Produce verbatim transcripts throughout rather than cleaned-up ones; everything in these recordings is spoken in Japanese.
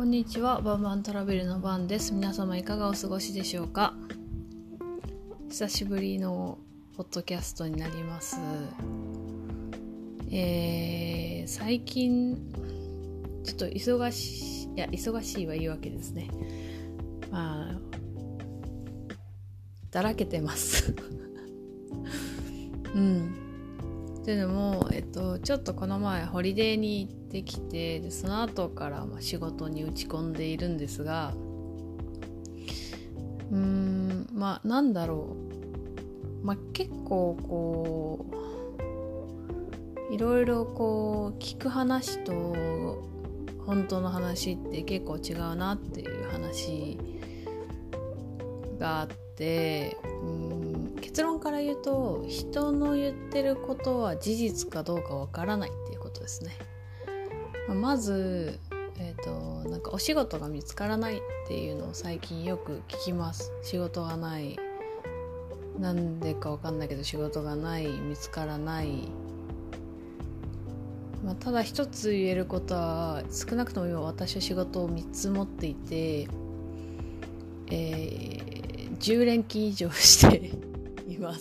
んにちは、バンバントラベルのバンです。皆様いかがお過ごしでしょうか。久しぶりのポッドキャストになります。えー、最近ちょっと忙しい、いや忙しいはいいわけですね。まあだらけてますうんというのも、えっと、ちょっとこの前ホリデーに行ってきて、でその後からまあ仕事に打ち込んでいるんですが、うーんまあなんだろう、まあ、結構こういろいろこう聞く話と本当の話って結構違うなっていう話があって、うーん結論から言うと、人の言ってることは事実かどうかわからないっていうことですね。まず、えーと、なんかお仕事が見つからないっていうのを最近よく聞きます。仕事がない、なんでかわかんないけど仕事がない、見つからない。まあ、ただ一つ言えることは、少なくとも今私は仕事をみっつ持っていて、えー、じゅう連勤以上しています。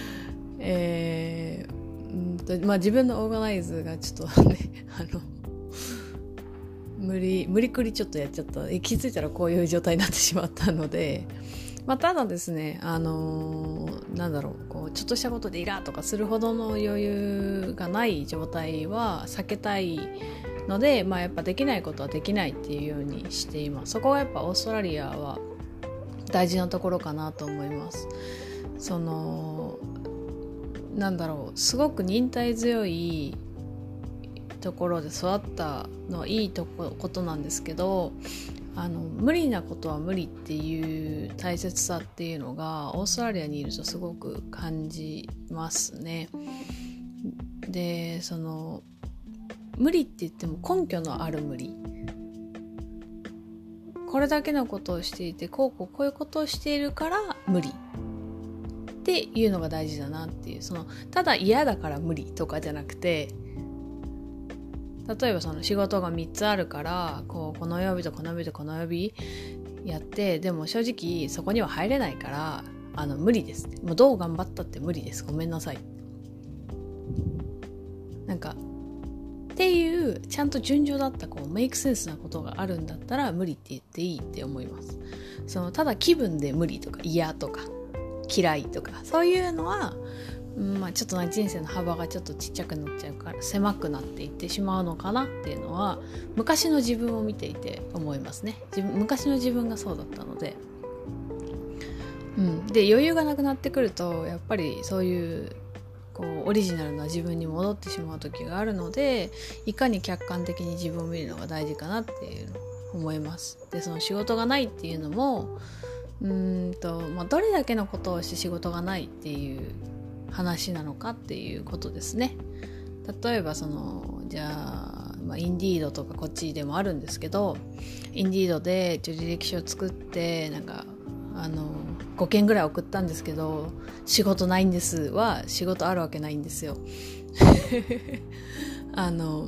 えー、うんとまあ自分のオーガナイズがちょっとねあの無理無理くりちょっとやっちゃった。気づいたらこういう状態になってしまったので、まあ、ただですね、あのー、なんだろう、こうちょっとしたことでイラーとかするほどの余裕がない状態は避けたいので、まあ、やっぱできないことはできないっていうようにしています。そこがやっぱオーストラリアは大事なところかなと思います。そのなんだろう、すごく忍耐強いところで育ったのはいいとこことなんですけど、あの無理なことは無理っていう大切さっていうのがオーストラリアにいるとすごく感じますね。で、その無理って言っても根拠のある無理、これだけのことをしていてこうこうこういうことをしているから無理っていうのが大事だなっていう、そのただ嫌だから無理とかじゃなくて、例えばその仕事がみっつあるからこうこの曜日とこの曜日とこの曜日やって、でも正直そこには入れないからあの無理です、もうどう頑張ったって無理です、ごめんなさい、なんかっていうちゃんと順序だったこうメイクセンスなことがあるんだったら無理って言っていいって思います。そのただ気分で無理とか嫌とか嫌いとかそういうのは、うんまあ、ちょっとな人生の幅がちょっとちっちゃくなっちゃうから狭くなっていってしまうのかなっていうのは昔の自分を見ていて思いますね。自分昔の自分がそうだったので、うん、で余裕がなくなってくるとやっぱりそういうこうオリジナルな自分に戻ってしまう時があるので、いかに客観的に自分を見るのが大事かなっていうのを思います。でその仕事がないっていうのもうーんと、まあ、どれだけのことをして仕事がないっていう話なのかっていうことですね。例えばそのじゃあ、まあ、インディードとかこっちでもあるんですけど、インディードで一応履歴書を作ってなんかあのごけんぐらい送ったんですけど仕事ないんですは仕事あるわけないんですよあの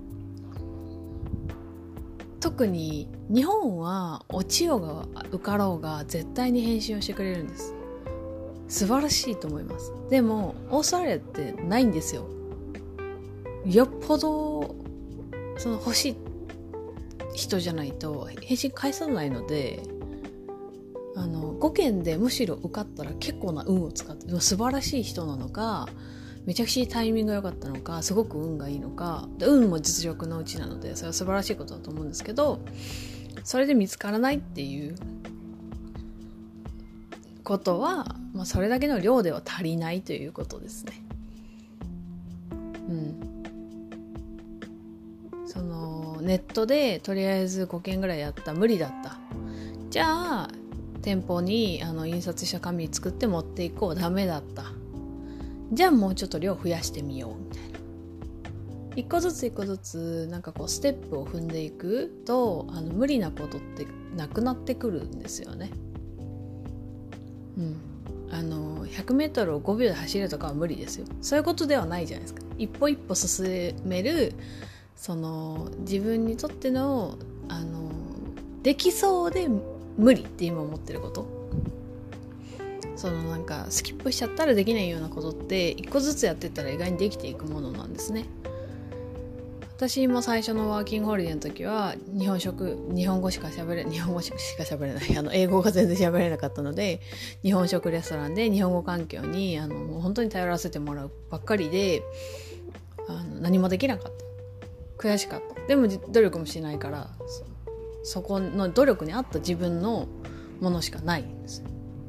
特に日本は落ちようが受かろうが絶対に返信をしてくれるんです。素晴らしいと思います。でもオーストラリアってないんですよ。よっぽどその欲しい人じゃないと返信返さないので、あのごけんでむしろ受かったら結構な運を使って、素晴らしい人なのかめちゃくちゃタイミングが良かったのかすごく運がいいのか、運も実力のうちなのでそれは素晴らしいことだと思うんですけど、それで見つからないっていうことは、まあ、それだけの量では足りないということですね。うんそのネットでとりあえずごけんぐらいやった、無理だった、じゃあ店舗にあの印刷した紙作って持っていこう、ダメだった、じゃあもうちょっと量増やしてみようみたいな、一個ずつ一個ずつなんかこうステップを踏んでいくと、あの無理なことってなくなってくるんですよね。うん、あのひゃくメートルをごびょうで走るとかは無理ですよ。そういうことではないじゃないですか。一歩一歩進めるその自分にとってのあのできそうで無理って今思ってること、そのなんかスキップしちゃったらできないようなことって一個ずつやってったら意外にできていくものなんですね。私も最初のワーキングホリデーの時は日本食日本語しか喋れ日本語しか喋れないあの英語が全然喋れなかったので、日本食レストランで日本語環境にあのもう本当に頼らせてもらうばっかりで、あの何もできなかった、悔しかった。でも努力もしないから、そ, そこの努力に合った自分のものしかないんです。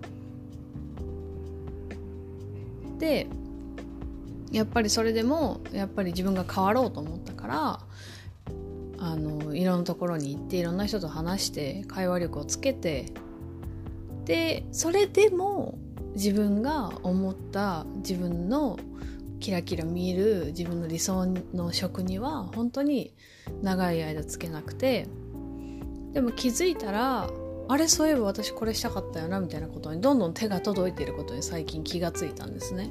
でやっぱりそれでもやっぱり自分が変わろうと思ったから、あのいろんなところに行っていろんな人と話して会話力をつけて、でそれでも自分が思った自分のキラキラ見える自分の理想の職には本当に長い間つけなくて、でも気づいたらあれそういえば私これしたかったよなみたいなことにどんどん手が届いていることに最近気がついたんですね。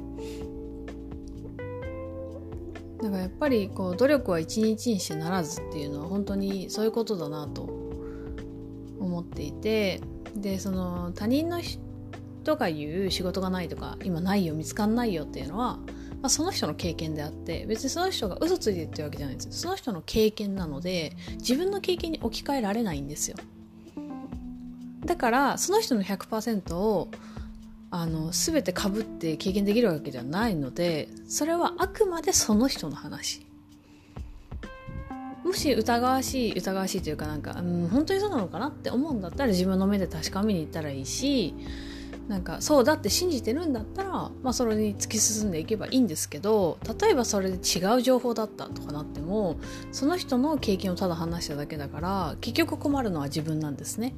だからやっぱりこう努力は一日にしてならずっていうのは本当にそういうことだなと思っていて、でその他人の人が言う仕事がないとか今ないよ見つかんないよっていうのは、まあ、その人の経験であって、別にその人が嘘ついてるってわけじゃないんですよ。その人の経験なので自分の経験に置き換えられないんですよ。だからその人の ひゃくパーセント をあの全て被って経験できるわけじゃないので、それはあくまでその人の話。もし疑わしい疑わしいというかなんか、うん、本当にそうなのかなって思うんだったら自分の目で確かめに行ったらいいし、なんかそうだって信じてるんだったら、まあ、それに突き進んでいけばいいんですけど、例えばそれで違う情報だったとかなってもその人の経験をただ話しただけだから結局困るのは自分なんですね。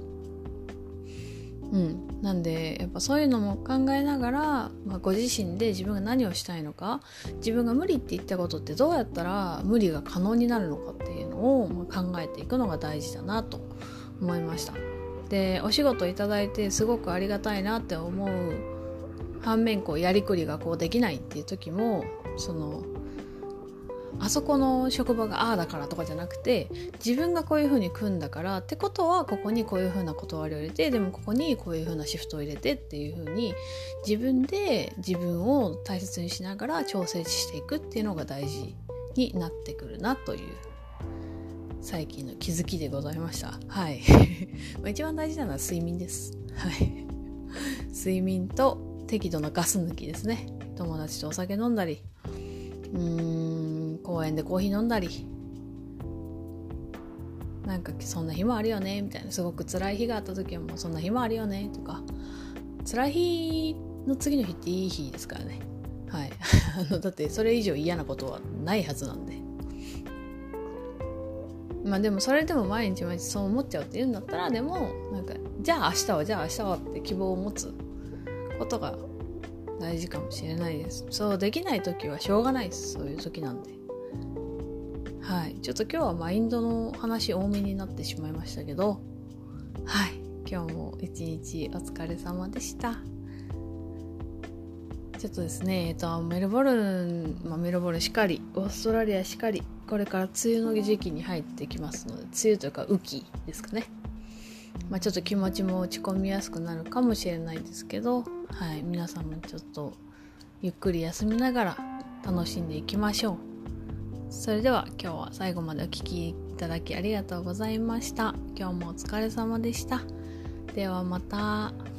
うん、なんでやっぱそういうのも考えながら、まあ、ご自身で自分が何をしたいのか、自分が無理って言ったことってどうやったら無理が可能になるのかっていうのを、まあ、考えていくのが大事だなと思いました。でお仕事いただいてすごくありがたいなって思う反面、こうやりくりがこうできないっていう時も、そのあそこの職場がああだからとかじゃなくて、自分がこういう風に組んだからってことはここにこういう風な断りを入れて、でもここにこういう風なシフトを入れてっていう風に自分で自分を大切にしながら調整していくっていうのが大事になってくるなという最近の気づきでございました。はい一番大事なのは睡眠です。はい睡眠と適度なガス抜きですね。友達とお酒飲んだり、うーん公園でコーヒー飲んだり、なんかそんな日もあるよねみたいな、すごく辛い日があった時はもうそんな日もあるよねとか、辛い日の次の日っていい日ですからね。はいあのだってそれ以上嫌なことはないはずなんで、まあでもそれでも毎日毎日そう思っちゃうって言うんだったら、でもなんかじゃあ明日はじゃあ明日はって希望を持つことが大事かもしれないです。そうできない時はしょうがないです。そういう時なんで。はい、ちょっと今日はマインドの話多めになってしまいましたけど、はい、今日も一日お疲れ様でした。ちょっとですね、えっとメルボルン、まあ、メルボルンしかり、オーストラリアしかり、これから梅雨の時期に入ってきますので、梅雨というか雨季ですかね。まあ、ちょっと気持ちも落ち込みやすくなるかもしれないですけど、はい、皆さんもちょっとゆっくり休みながら楽しんでいきましょう。それでは今日は最後までお聞きいただきありがとうございました。今日もお疲れ様でした。ではまた。